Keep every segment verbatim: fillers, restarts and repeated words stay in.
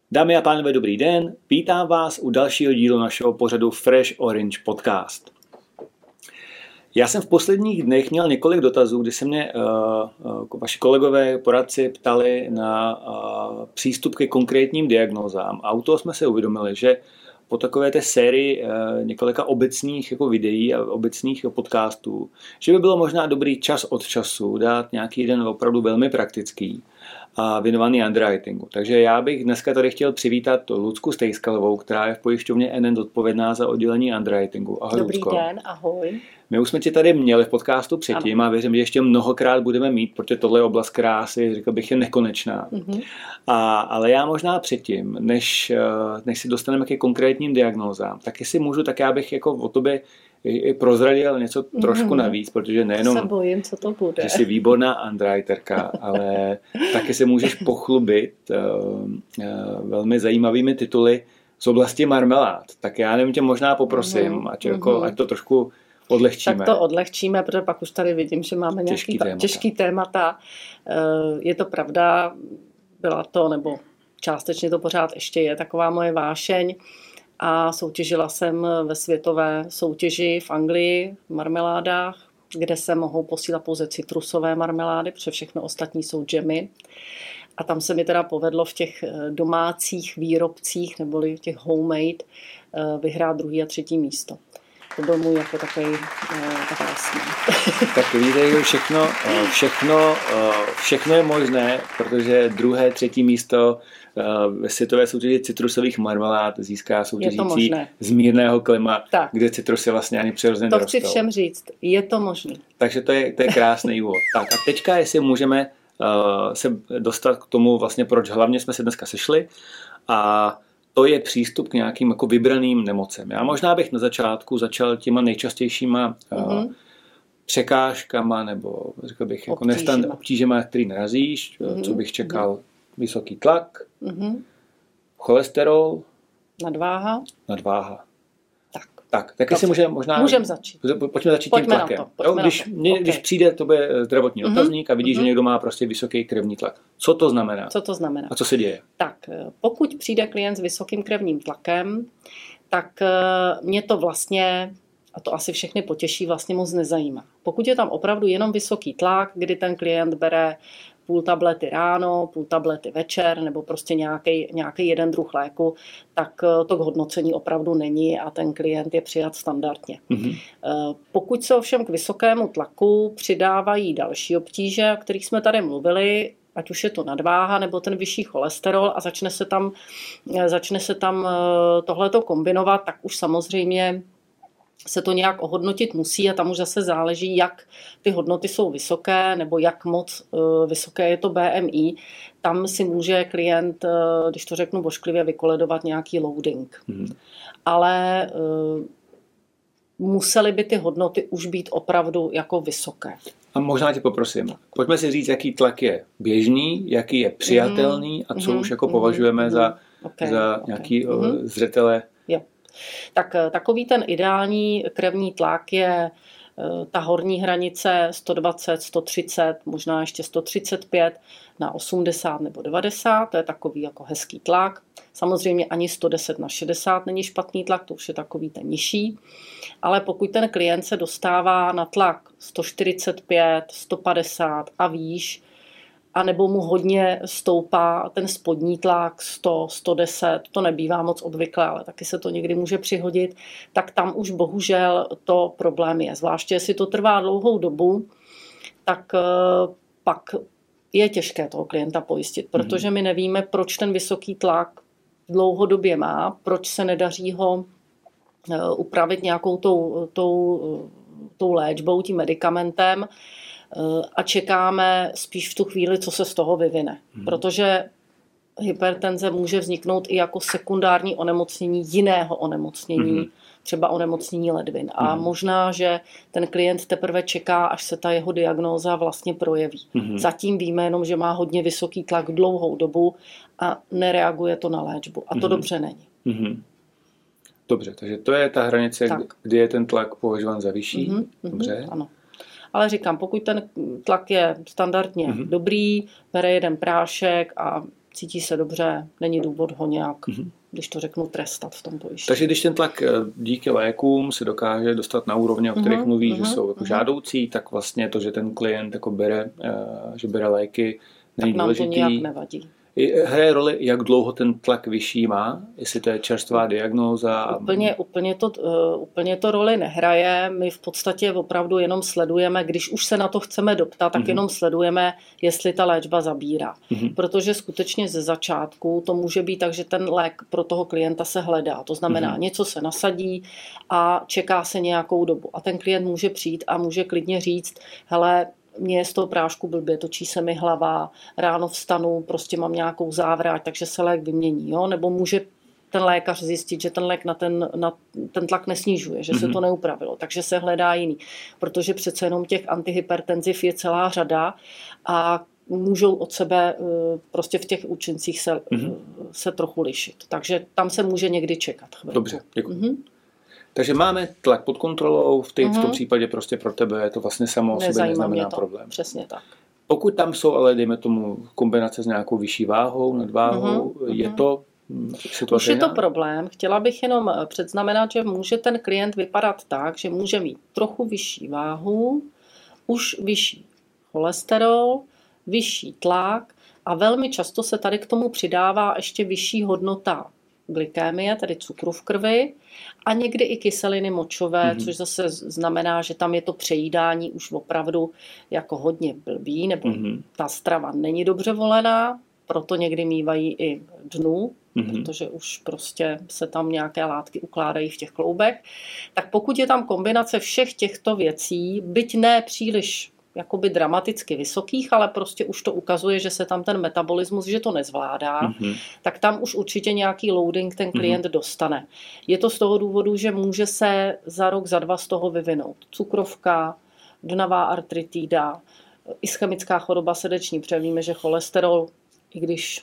Dámy a pánové, dobrý den. Vítám vás u dalšího dílu našeho pořadu Fresh Orange Podcast. Já jsem v posledních dnech měl několik dotazů, kdy se mě uh, uh, vaši kolegové, poradci ptali na uh, přístup ke konkrétním diagnózám. A u toho jsme se uvědomili, že po takové té sérii uh, několika obecných jako videí a obecných podcastů, že by bylo možná dobrý čas od času dát nějaký jeden opravdu velmi praktický a věnovaný underwritingu. Takže já bych dneska tady chtěl přivítat Lucku Stejskalovou, která je v pojišťovně N N odpovědná za oddělení underwritingu. Ahoj, Dobrý Lucko. den, ahoj. My už jsme tě tady měli v podcastu předtím ano. A věřím, že ještě mnohokrát budeme mít, protože tohle je oblast krásy, řekl bych, je nekonečná. Mm-hmm. A, ale já možná předtím, než, než si dostaneme ke konkrétním diagnózám, tak jestli můžu, tak já bych jako o tobě i prozradil něco trošku mm-hmm. navíc, protože nejenom, se bojím, co to bude. že jsi výborná underwriterka, ale taky se můžeš pochlubit uh, uh, velmi zajímavými tituly z oblasti marmelád. Tak já nevím, tě možná poprosím, mm-hmm. ať, jako, mm-hmm. ať to trošku odlehčíme. Tak to odlehčíme, protože pak už tady vidím, že máme nějaký těžký témata. těžký témata. Je to pravda, byla to, nebo částečně to pořád ještě je taková moje vášeň. A soutěžila jsem ve světové soutěži v Anglii v marmeládách, kde se mohou posílat pouze citrusové marmelády, protože všechno ostatní jsou džemy. A tam se mi teda povedlo v těch domácích výrobcích, neboli v těch homemade, vyhrát druhý a třetí místo. To byl můj jako takový takový sní. Tak víte, že všechno, všechno, všechno je možné, protože druhé, třetí místo ve světové soutěži citrusových marmelád získá soutěžící z mírného klima, tak. Kde citrusy vlastně ani přirozeně to rostou. To chci všem říct, je to možné. Takže to je, to je krásný úvod. Tak a teďka, jestli můžeme uh, se dostat k tomu vlastně, proč hlavně jsme se dneska sešli, a to je přístup k nějakým jako vybraným nemocem. Já možná bych na začátku začal těma nejčastějšíma uh, mm-hmm. překážkama, nebo řekl bych jako nestan obtížema, na který narazíš, mm-hmm. co bych čekal, mm-hmm. vysoký tlak, mm-hmm. cholesterol, nadváha. Nadváha. Tak. Tak, taky si můžeme možná... Můžeme začít. Pojďme začít Pojďme tím tlakem. Na to, pojďme jo, když, na to. Mě, Okay. když přijde tobě zdravotní mm-hmm. otazník a vidíš, mm-hmm. že někdo má prostě vysoký krevní tlak. Co to znamená? Co to znamená? A co se děje? Tak, pokud přijde klient s vysokým krevním tlakem, tak mě to vlastně, a to asi všechny potěší, vlastně moc nezajímá. Pokud je tam opravdu jenom vysoký tlak, kdy ten klient bere půl tablety ráno, půl tablety večer, nebo prostě nějaký, nějaký jeden druh léku, tak to k hodnocení opravdu není a ten klient je přijat standardně. Mm-hmm. Pokud se ovšem k vysokému tlaku přidávají další obtíže, o kterých jsme tady mluvili, ať už je to nadváha nebo ten vyšší cholesterol a začne se tam, začne se tam tohleto kombinovat, tak už samozřejmě se to nějak ohodnotit musí a tam už zase záleží, jak ty hodnoty jsou vysoké nebo jak moc uh, vysoké je to B M I. Tam si může klient, uh, když to řeknu bošklivě, vykoledovat nějaký loading. Mm-hmm. Ale uh, musely by ty hodnoty už být opravdu jako vysoké. A možná tě poprosím, pojďme si říct, jaký tlak je běžný, jaký je přijatelný mm-hmm. a co mm-hmm. už jako považujeme mm-hmm. za, okay. za nějaký okay. uh, zřetele. Jo. Tak takový ten ideální krevní tlak je ta horní hranice sto dvacet, sto třicet, možná ještě sto třicet pět na osmdesát nebo devadesát, to je takový jako hezký tlak. Samozřejmě ani sto deset na šedesát není špatný tlak, to už je takový ten nižší. Ale pokud ten klient se dostává na tlak sto čtyřicet pět, sto padesát a výš, a nebo mu hodně stoupá ten spodní tlak sto, sto deset, to nebývá moc obvyklé, ale taky se to někdy může přihodit, tak tam už bohužel to problém je. Zvláště jestli to trvá dlouhou dobu, tak pak je těžké toho klienta pojistit, protože my nevíme, proč ten vysoký tlak dlouhodobě má, proč se nedaří ho upravit nějakou tou, tou, tou léčbou, tím medicamentem, a čekáme spíš v tu chvíli, co se z toho vyvine. Hmm. Protože hypertenze může vzniknout i jako sekundární onemocnění jiného onemocnění, hmm. třeba onemocnění ledvin. A hmm. možná, že ten klient teprve čeká, až se ta jeho diagnóza vlastně projeví. Hmm. Zatím víme jenom, že má hodně vysoký tlak dlouhou dobu a nereaguje to na léčbu. A to hmm. dobře není. Hmm. Dobře, takže to je ta hranice, tak. kdy je ten tlak považován za vyšší. Hmm. Dobře. Ano. Ale říkám, pokud ten tlak je standardně mm-hmm. dobrý, bere jeden prášek a cítí se dobře, není důvod ho nějak, mm-hmm. když to řeknu, trestat v tom pojištění. Takže když ten tlak díky lékům se dokáže dostat na úrovně, o kterých mm-hmm. mluví, mm-hmm. že jsou jako mm-hmm. žádoucí, tak vlastně to, že ten klient jako bere, že bere léky, není tak nám důležitý. To nějak nevadí. Hraje roli, jak dlouho ten tlak vyšší má, jestli to je čerstvá diagnóza. Úplně, úplně, to, uh, úplně to roli nehraje. My v podstatě opravdu jenom sledujeme, když už se na to chceme doptat, tak mm-hmm. jenom sledujeme, jestli ta léčba zabírá. Mm-hmm. Protože skutečně ze začátku to může být tak, že ten lék pro toho klienta se hledá. To znamená, mm-hmm. něco se nasadí a čeká se nějakou dobu. A ten klient může přijít a může klidně říct, hele, mě je z toho prášku blbě, točí se mi hlava, ráno vstanu, prostě mám nějakou závrať, takže se lék vymění. Jo? Nebo může ten lékař zjistit, že ten lék na ten, na ten tlak nesnižuje, že mm-hmm. se to neupravilo, takže se hledá jiný. Protože přece jenom těch antihypertenziv je celá řada a můžou od sebe prostě v těch účincích se, mm-hmm. se trochu lišit. Takže tam se může někdy čekat. Chvilku. Dobře, děkuji. Mm-hmm. Takže máme tlak pod kontrolou, v, tý, uh-huh. v tom případě prostě pro tebe je to vlastně samo o sobě neznamená problém. Přesně tak. Pokud tam jsou ale, dejme tomu, kombinace s nějakou vyšší váhou, nadváhou, uh-huh. je to situace? Už je to problém. Chtěla bych jenom předznamenat, že může ten klient vypadat tak, že může mít trochu vyšší váhu, už vyšší cholesterol, vyšší tlak a velmi často se tady k tomu přidává ještě vyšší hodnota glykémie, tedy cukru v krvi, a někdy i kyseliny močové, mm-hmm. což zase znamená, že tam je to přejídání už opravdu jako hodně blbý, nebo mm-hmm. ta strava není dobře volená, proto někdy mívají i dnu, mm-hmm. protože už prostě se tam nějaké látky ukládají v těch kloubech. Tak pokud je tam kombinace všech těchto věcí, byť ne příliš jakoby dramaticky vysokých, ale prostě už to ukazuje, že se tam ten metabolismus, že to nezvládá, mm-hmm. tak tam už určitě nějaký loading ten klient mm-hmm. dostane. Je to z toho důvodu, že může se za rok, za dva z toho vyvinout cukrovka, dnavá artritída, ischemická choroba srdeční, protože víme, že cholesterol, i když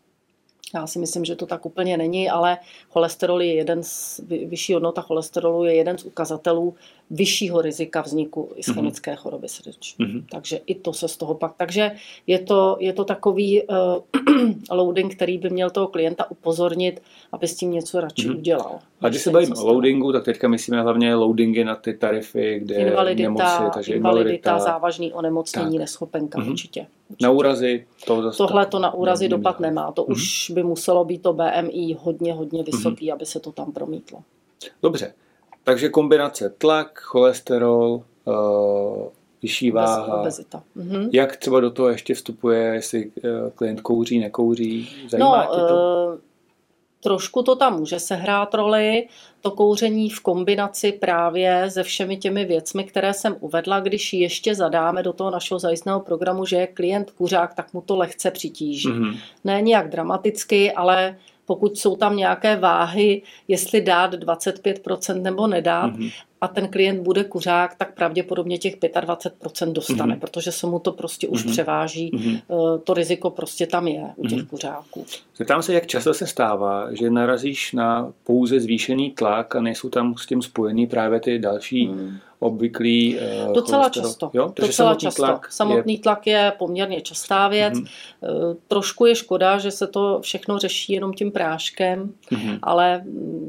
já si myslím, že to tak úplně není, ale cholesterol je jeden z, vyšší hodnota cholesterolu je jeden z ukazatelů vyššího rizika vzniku ischemické mm-hmm. choroby srdeční. Mm-hmm. Takže i to se z toho pak... Takže je to, je to takový uh, loading, který by měl toho klienta upozornit, aby s tím něco radši mm-hmm. udělal. A když se bavíme o loadingu, tak teďka myslíme hlavně loadingy na ty tarify, kde invalidita, nemoci, takže invalidita, invalidita závažný onemocnění, tak. neschopenka mm-hmm. určitě. Na úrazy? To Tohle to na úrazy ne, dopad nemá. To mm-hmm. už by muselo být to B M I hodně, hodně vysoký, mm-hmm. aby se to tam promítlo. Dobře. Takže kombinace tlak, cholesterol, uh, vyšší váha. Obezita. Mm-hmm. Jak třeba do toho ještě vstupuje, jestli uh, klient kouří, nekouří? Zajímá no, tě to? Uh, trošku to tam může sehrát roli. To kouření v kombinaci právě se všemi těmi věcmi, které jsem uvedla, když ještě zadáme do toho našeho zajistného programu, že je klient kuřák, tak mu to lehce přitíží. Mm-hmm. Ne nějak dramaticky, ale pokud jsou tam nějaké váhy, jestli dát dvacet pět procent nebo nedát mm-hmm. a ten klient bude kuřák, tak pravděpodobně těch dvacet pět procent dostane, mm-hmm. protože se mu to prostě už mm-hmm. převáží. Mm-hmm. To riziko prostě tam je u těch mm-hmm. kuřáků. Zeptám se, jak často se stává, že narazíš na pouze zvýšený tlak a nejsou tam s tím spojený právě ty další mm. obvyklý uh, Docela cholesterol. často. Jo? Docela samotný často. Tlak samotný je... tlak je poměrně častá věc. Mm-hmm. Uh, trošku je škoda, že se to všechno řeší jenom tím práškem, mm-hmm. ale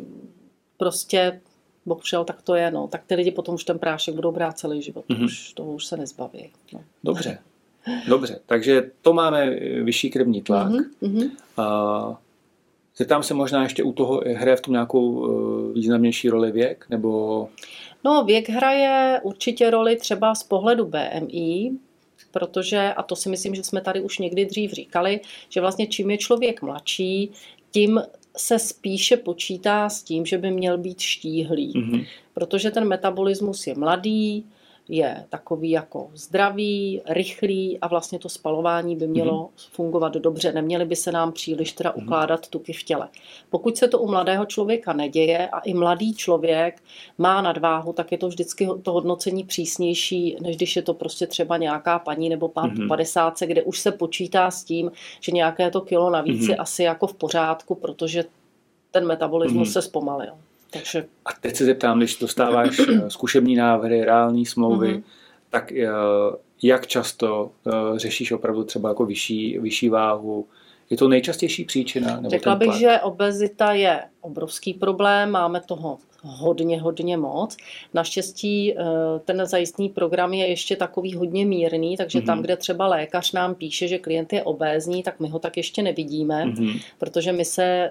prostě bohužel tak to je. No. Tak ty lidi potom už ten prášek budou brát celý život. Mm-hmm. Už, toho už se nezbaví. No. Dobře. Dobře, takže to máme vyšší krevní tlak. Mm-hmm. Uh, Zeptám se možná ještě u toho, hraje v tom nějakou uh, významnější roli věk? Nebo... No, věk hraje určitě roli třeba z pohledu B M I, protože, a to si myslím, že jsme tady už někdy dřív říkali, že vlastně čím je člověk mladší, tím se spíše počítá s tím, že by měl být štíhlý. Mm-hmm. Protože ten metabolismus je mladý, je takový jako zdravý, rychlý a vlastně to spalování by mělo mm-hmm. fungovat dobře. Neměly by se nám příliš teda ukládat tuky v těle. Pokud se to u mladého člověka neděje a i mladý člověk má nadváhu, tak je to vždycky to hodnocení přísnější, než když je to prostě třeba nějaká paní nebo pán mm-hmm. po padesátce, kde už se počítá s tím, že nějaké to kilo navíc mm-hmm. je asi jako v pořádku, protože ten metabolismus mm-hmm. se zpomalil. Takže... A teď se zeptám, když dostáváš zkušební návrhy, reální smlouvy, mm-hmm. tak jak často řešíš opravdu třeba jako vyšší, vyšší váhu? Je to nejčastější příčina? Nebo Řekla bych, že obezita je obrovský problém, máme toho hodně, hodně moc. Naštěstí ten zajistný program je ještě takový hodně mírný, takže mm-hmm. tam, kde třeba lékař nám píše, že klient je obézní, tak my ho tak ještě nevidíme, mm-hmm. protože my se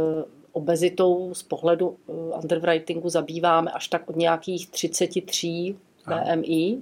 obezitou z pohledu underwritingu zabýváme až tak od nějakých třicet tři B M I,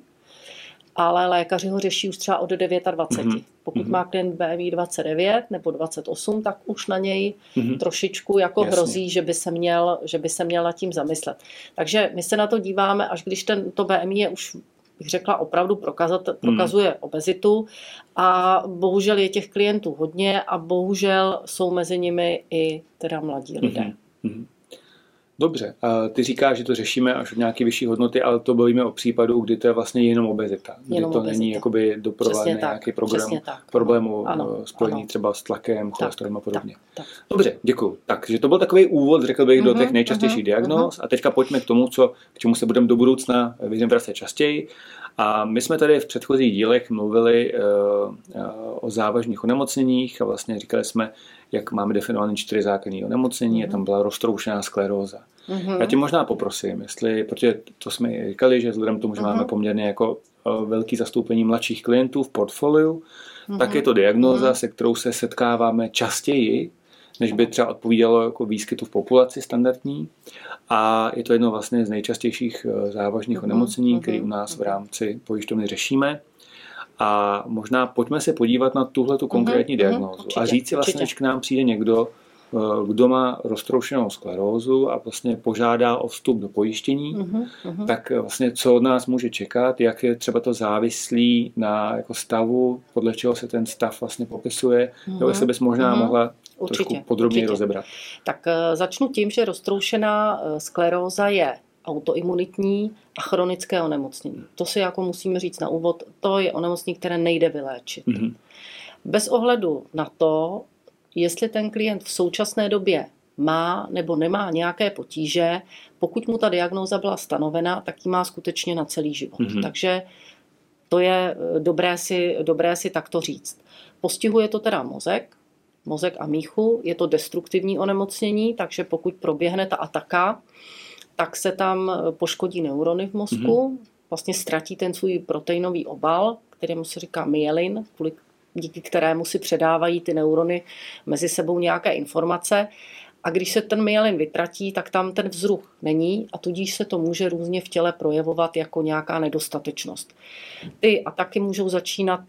ale lékaři ho řeší už třeba od dvacet devět. Mm-hmm. Pokud mm-hmm. má klient B M I dvacet devět nebo dvacet osm, tak už na něj mm-hmm. trošičku jako Jasně. hrozí, že by, se měl, že by se měl nad tím zamyslet. Takže my se na to díváme, až když ten, to B M I je už, bych řekla, opravdu prokazat, prokazuje mm. obezitu a bohužel je těch klientů hodně a bohužel jsou mezi nimi i teda mladí lidé. Mm-hmm. Dobře, a ty říkáš, že to řešíme až od nějaké vyšší hodnoty, ale to bavíme o případu, kdy to je vlastně jenom obezita. Kdy jenom to obezita. Není jakoby doprovázený nějaký program problému spojený třeba s tlakem, cholesterolem a podobně. Tak, tak. Dobře, děkuju. Takže to byl takový úvod, řekl bych, mm-hmm, do těch nejčastějších mm-hmm, diagnóz. Mm-hmm. A teďka pojďme k tomu, co, k čemu se budeme do budoucna vracet častěji. A my jsme tady v předchozích dílech mluvili uh, uh, o závažných onemocněních a vlastně říkali jsme, jak máme definované čtyři základní onemocnění, mm-hmm. a tam byla roztroušená skleróza. Mm-hmm. Já tě možná poprosím, jestli, protože to jsme říkali, že vzhledem k tomu, že mm-hmm. máme poměrně jako uh, velký zastoupení mladších klientů v portfoliu, mm-hmm. tak je to diagnóza, mm-hmm. se kterou se setkáváme častěji, než by třeba odpovídalo jako výskytu v populaci standardní. A je to jedno vlastně z nejčastějších závažných mm-hmm. onemocnění, které u nás v rámci pojišťovny řešíme. A možná pojďme se podívat na tuhletu konkrétní mm-hmm. diagnózu určitě, a říct si vlastně, když k nám přijde někdo, kdo má roztroušenou sklerózu a vlastně požádá o vstup do pojištění, mm-hmm. tak vlastně co od nás může čekat, jak je třeba to závislý na jako stavu, podle čeho se ten stav vlastně popisuje, mm-hmm. nebo jestli bys možná mm-hmm. mohla určitě, trošku podrobněji určitě. rozebrat. Tak začnu tím, že roztroušená skleróza je autoimunitní a chronické onemocnění. To si jako musíme říct na úvod, to je onemocnění, které nejde vyléčit. Mm-hmm. Bez ohledu na to, jestli ten klient v současné době má nebo nemá nějaké potíže, pokud mu ta diagnóza byla stanovena, tak ji má skutečně na celý život. Mm-hmm. Takže to je dobré si, dobré si takto říct. Postihuje to teda mozek, mozek a míchu, je to destruktivní onemocnění, takže pokud proběhne ta ataka, tak se tam poškodí neurony v mozku, mm-hmm. vlastně ztratí ten svůj proteinový obal, kterému se říká myelin, kvůli, díky kterému si předávají ty neurony mezi sebou nějaké informace. A když se ten myelin vytratí, tak tam ten vzruch není a tudíž se to může různě v těle projevovat jako nějaká nedostatečnost. Ty ataky můžou začínat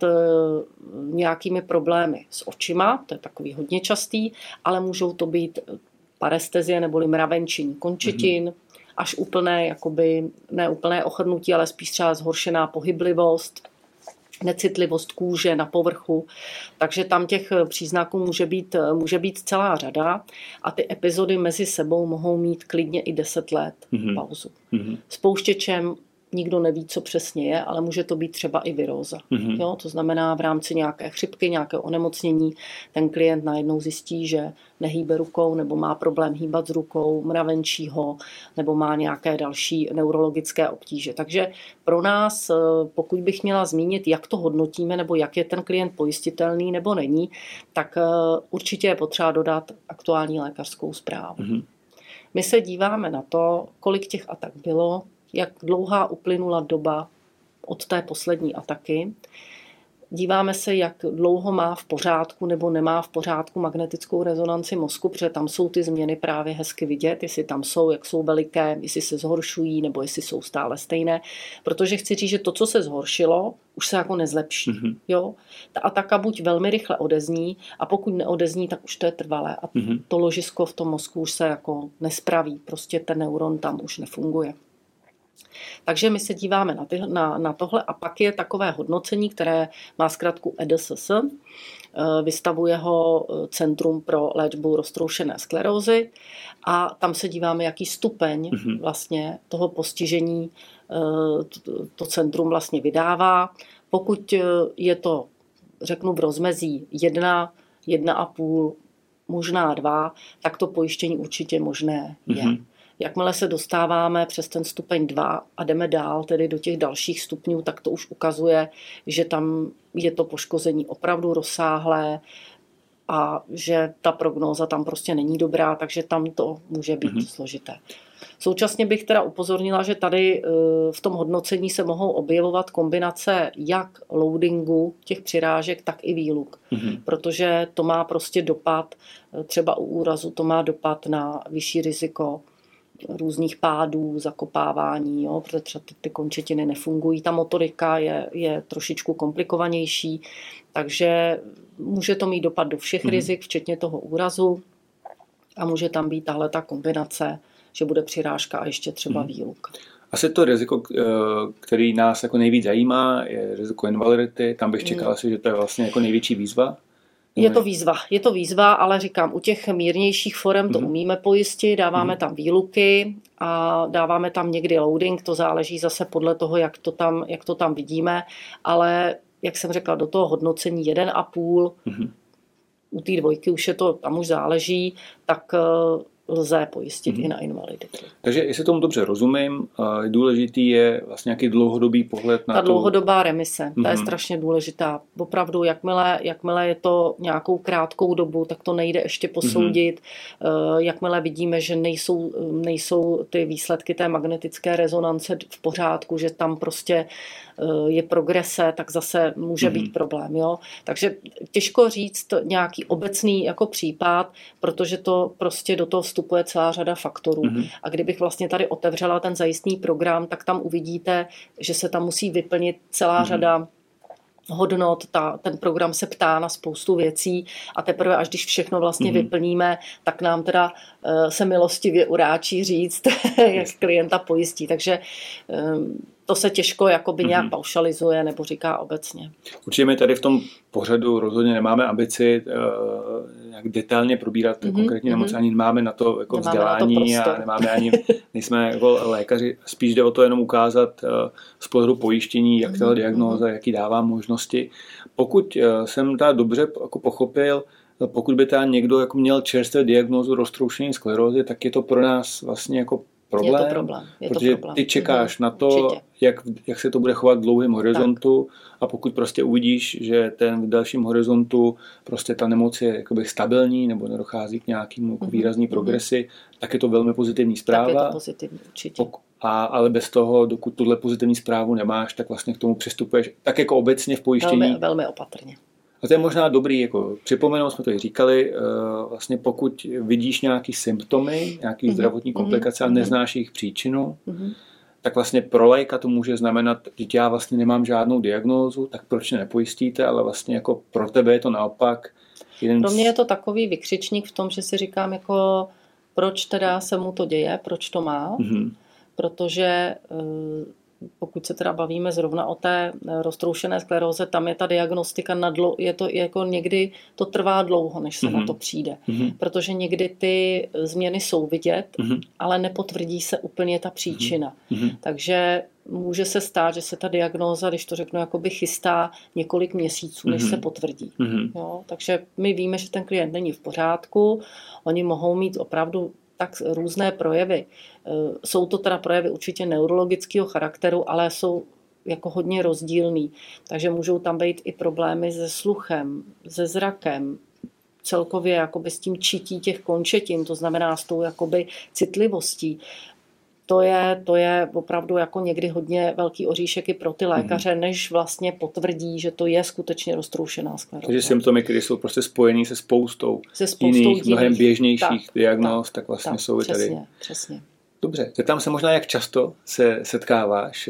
nějakými problémy s očima, to je takový hodně častý, ale můžou to být parestezie neboli mravenčení končetin, mm-hmm. až úplné, jakoby, ne úplné ochrnutí, ale spíš třeba zhoršená pohyblivost, necitlivost kůže na povrchu. Takže tam těch příznaků může být, může být celá řada a ty epizody mezi sebou mohou mít klidně i deset let mm-hmm. pauzu. Mm-hmm. Spouštěčem nikdo neví, co přesně je, ale může to být třeba i viróza. Mm-hmm. Jo, to znamená v rámci nějaké chřipky, nějakého onemocnění, ten klient najednou zjistí, že nehýbe rukou nebo má problém hýbat s rukou, mravenčí ho, nebo má nějaké další neurologické obtíže. Takže pro nás, pokud bych měla zmínit, jak to hodnotíme, nebo jak je ten klient pojistitelný nebo není, tak určitě je potřeba dodat aktuální lékařskou zprávu. Mm-hmm. My se díváme na to, kolik těch atak bylo, jak dlouhá uplynula doba od té poslední ataky. Díváme se, jak dlouho má v pořádku nebo nemá v pořádku magnetickou rezonanci mozku, protože tam jsou ty změny právě hezky vidět, jestli tam jsou, jak jsou veliké, jestli se zhoršují nebo jestli jsou stále stejné. Protože chci říct, že to, co se zhoršilo, už se jako nezlepší. Mm-hmm. Jo? Ta ataka buď velmi rychle odezní a pokud neodezní, tak už to je trvalé. A mm-hmm. to ložisko v tom mozku už se jako nespraví. Prostě ten neuron tam už nefunguje. Takže my se díváme na, ty, na, na tohle a pak je takové hodnocení, které má zkratku E D S S, vystavuje ho Centrum pro léčbu roztroušené sklerózy a tam se díváme, jaký stupeň mm-hmm. vlastně toho postižení to, to centrum vlastně vydává. Pokud je to, řeknu, v rozmezí jedna, jedna a půl, možná dva, tak to pojištění určitě možné je. Mm-hmm. Jakmile se dostáváme přes ten stupeň dva a jdeme dál, tedy do těch dalších stupňů, tak to už ukazuje, že tam je to poškození opravdu rozsáhlé a že ta prognóza tam prostě není dobrá, takže tam to může být mm-hmm. složité. Současně bych teda upozornila, že tady v tom hodnocení se mohou objevovat kombinace jak loadingu těch přirážek, tak i výluk. Mm-hmm. Protože to má prostě dopad, třeba u úrazu to má dopad na vyšší riziko různých pádů, zakopávání, jo, protože třeba ty, ty končetiny nefungují. Ta motorika je, je trošičku komplikovanější, takže může to mít dopad do všech mm-hmm. rizik, včetně toho úrazu a může tam být tahle ta kombinace, že bude přirážka a ještě třeba výluk. Asi to riziko, který nás jako nejvíc zajímá, je riziko invalidity. Tam bych čekal asi, že to je vlastně jako největší výzva. Je to výzva, je to výzva, ale říkám, u těch mírnějších forem to mm-hmm. umíme pojistit, dáváme mm-hmm. tam výluky a dáváme tam někdy loading, to záleží zase podle toho, jak to tam, jak to tam vidíme, ale jak jsem řekla, do toho hodnocení jeden a půl, mm-hmm. u té dvojky už je to, tam už záleží, tak lze pojistit mm-hmm. i na invaliditu. Takže jestli tomu dobře rozumím, důležitý je vlastně nějaký dlouhodobý pohled na ta tu... dlouhodobá remise, mm-hmm. ta je strašně důležitá. Opravdu, jakmile, jakmile je to nějakou krátkou dobu, tak to nejde ještě posoudit. Mm-hmm. Jakmile vidíme, že nejsou, nejsou ty výsledky té magnetické rezonance v pořádku, že tam prostě je progrese, tak zase může mm-hmm. být problém. Jo? Takže těžko říct nějaký obecný jako případ, protože to prostě do toho vstupuje celá řada faktorů. Mm-hmm. A kdybych vlastně tady otevřela ten zajistný program, tak tam uvidíte, že se tam musí vyplnit celá mm-hmm. řada hodnot, ta, ten program se ptá na spoustu věcí a teprve až když všechno vlastně mm-hmm. vyplníme, tak nám teda uh, se milostivě uráčí říct, jak klienta pojistí. Takže um, to se těžko jakoby nějak mm-hmm. paušalizuje nebo říká obecně. Určitě my tady v tom pořadu rozhodně nemáme ambici uh, nějak detailně probírat mm-hmm. konkrétní mm-hmm. nemoc, ani nemáme na to jako vzdělání a nemáme ani, nejsme jako lékaři, spíš jde o to jenom ukázat uh, z pohledu pojištění, jak ta mm-hmm. diagnóza, jaký dává možnosti. Pokud uh, jsem teda dobře jako pochopil, pokud by teda někdo jako měl čerstvé diagnózu roztroušení sklerózy, tak je to pro nás vlastně jako problém, je to problém. Je protože to problém. Ty čekáš mm-hmm. na to, Určitě. jak, jak se to bude chovat v dlouhém horizontu tak. A pokud prostě uvidíš, že ten v dalším horizontu prostě ta nemoc je jakoby stabilní nebo nedochází k nějakému mm-hmm. výrazný progresi, mm-hmm. tak je to velmi pozitivní zpráva. Tak je to pozitivní, určitě. A, ale bez toho, dokud tuhle pozitivní zprávu nemáš, tak vlastně k tomu přistupuješ tak jako obecně v pojištění. Velmi, velmi opatrně. A to je možná dobrý, jako připomenout, jsme to i říkali, vlastně pokud vidíš nějaký symptomy, nějaký mm-hmm. zdravotní komplikace mm-hmm. a neznáš jejich příčinu, mm-hmm. tak vlastně pro laika to může znamenat, že já vlastně nemám žádnou diagnózu, tak proč nepojistíte, ale vlastně jako pro tebe je to naopak. Jeden pro mě je to takový vykřičník v tom, že si říkám, jako proč teda se mu to děje, proč to má, mm-hmm. protože pokud se teda bavíme zrovna o té roztroušené skleróze, tam je ta diagnostika na dlou, je to jako někdy to trvá dlouho, než se mm-hmm. na to přijde. Mm-hmm. Protože někdy ty změny jsou vidět, mm-hmm. ale nepotvrdí se úplně ta příčina. Mm-hmm. Takže může se stát, že se ta diagnóza, když to řeknu, jakoby chystá několik měsíců, než mm-hmm. se potvrdí. Mm-hmm. Jo? Takže my víme, že ten klient není v pořádku, oni mohou mít opravdu tak různé projevy. Jsou to teda projevy určitě neurologického charakteru, ale jsou jako hodně rozdílný. Takže můžou tam být i problémy se sluchem, se zrakem, celkově jakoby s tím čití těch končetin, to znamená s tou jakoby citlivostí. To je, to je opravdu jako někdy hodně velký oříšek i pro ty lékaře, než vlastně potvrdí, že to je skutečně roztroušená skleróza. Takže symptomy, které jsou prostě spojený se spoustou, se spoustou jiných, mnohem běžnějších tak, diagnóz, tak, tak vlastně tak, jsou i tady. Přesně, přesně. Dobře, zeptám se možná, jak často se setkáváš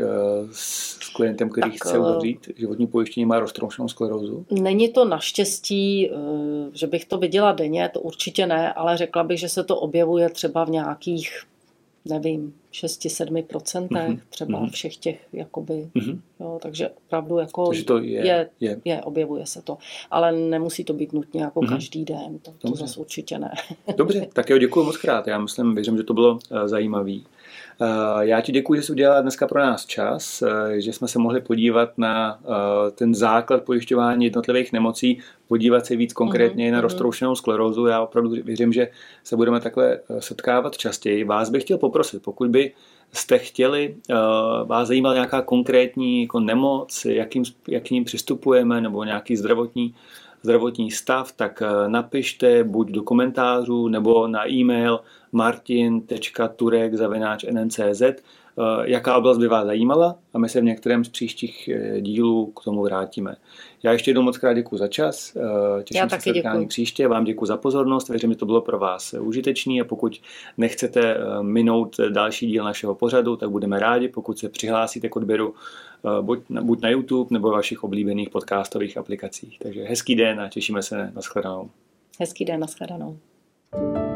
s klientem, který tak, chce uzavřít životní pojištění, má roztroušenou sklerózu? Není to naštěstí, že bych to viděla denně, to určitě ne, ale řekla bych, že se to objevuje třeba v nějakých, nevím, šest sedm procent mm-hmm. třeba mm-hmm. všech těch, jakoby, mm-hmm. jo, takže opravdu jako takže to je, je, je. je, objevuje se to. Ale nemusí to být nutně jako mm-hmm. každý den, to, to zase určitě ne. Dobře, tak jo, děkuji moc krát, já myslím, věřím, že to bylo uh, zajímavý. Uh, já ti děkuji, že jsi udělala dneska pro nás čas, uh, že jsme se mohli podívat na uh, ten základ pojišťování jednotlivých nemocí, podívat se víc konkrétně mm-hmm. na roztroušenou sklerózu. Já opravdu věřím, že se budeme takhle setkávat častěji. Vás bych chtěl poprosit, pokud by jste chtěli, uh, vás zajímala nějaká konkrétní jako nemoc, jakým, jakým přistupujeme, nebo nějaký zdravotní zdravotní stav, tak napište buď do komentářů nebo na e-mail martin tečka turek zavináč n n tečka c z, jaká oblast by vás zajímala a my se v některém z příštích dílů k tomu vrátíme. Já ještě jednou moc krát děkuji za čas, těším se setkání příště, vám děkuji za pozornost, věřím, že to bylo pro vás užitečný a pokud nechcete minout další díl našeho pořadu, tak budeme rádi, pokud se přihlásíte k odběru buď na, buď na YouTube nebo v vašich oblíbených podcastových aplikacích. Takže hezký den a těšíme se na shledanou. Hezký den, na shledanou.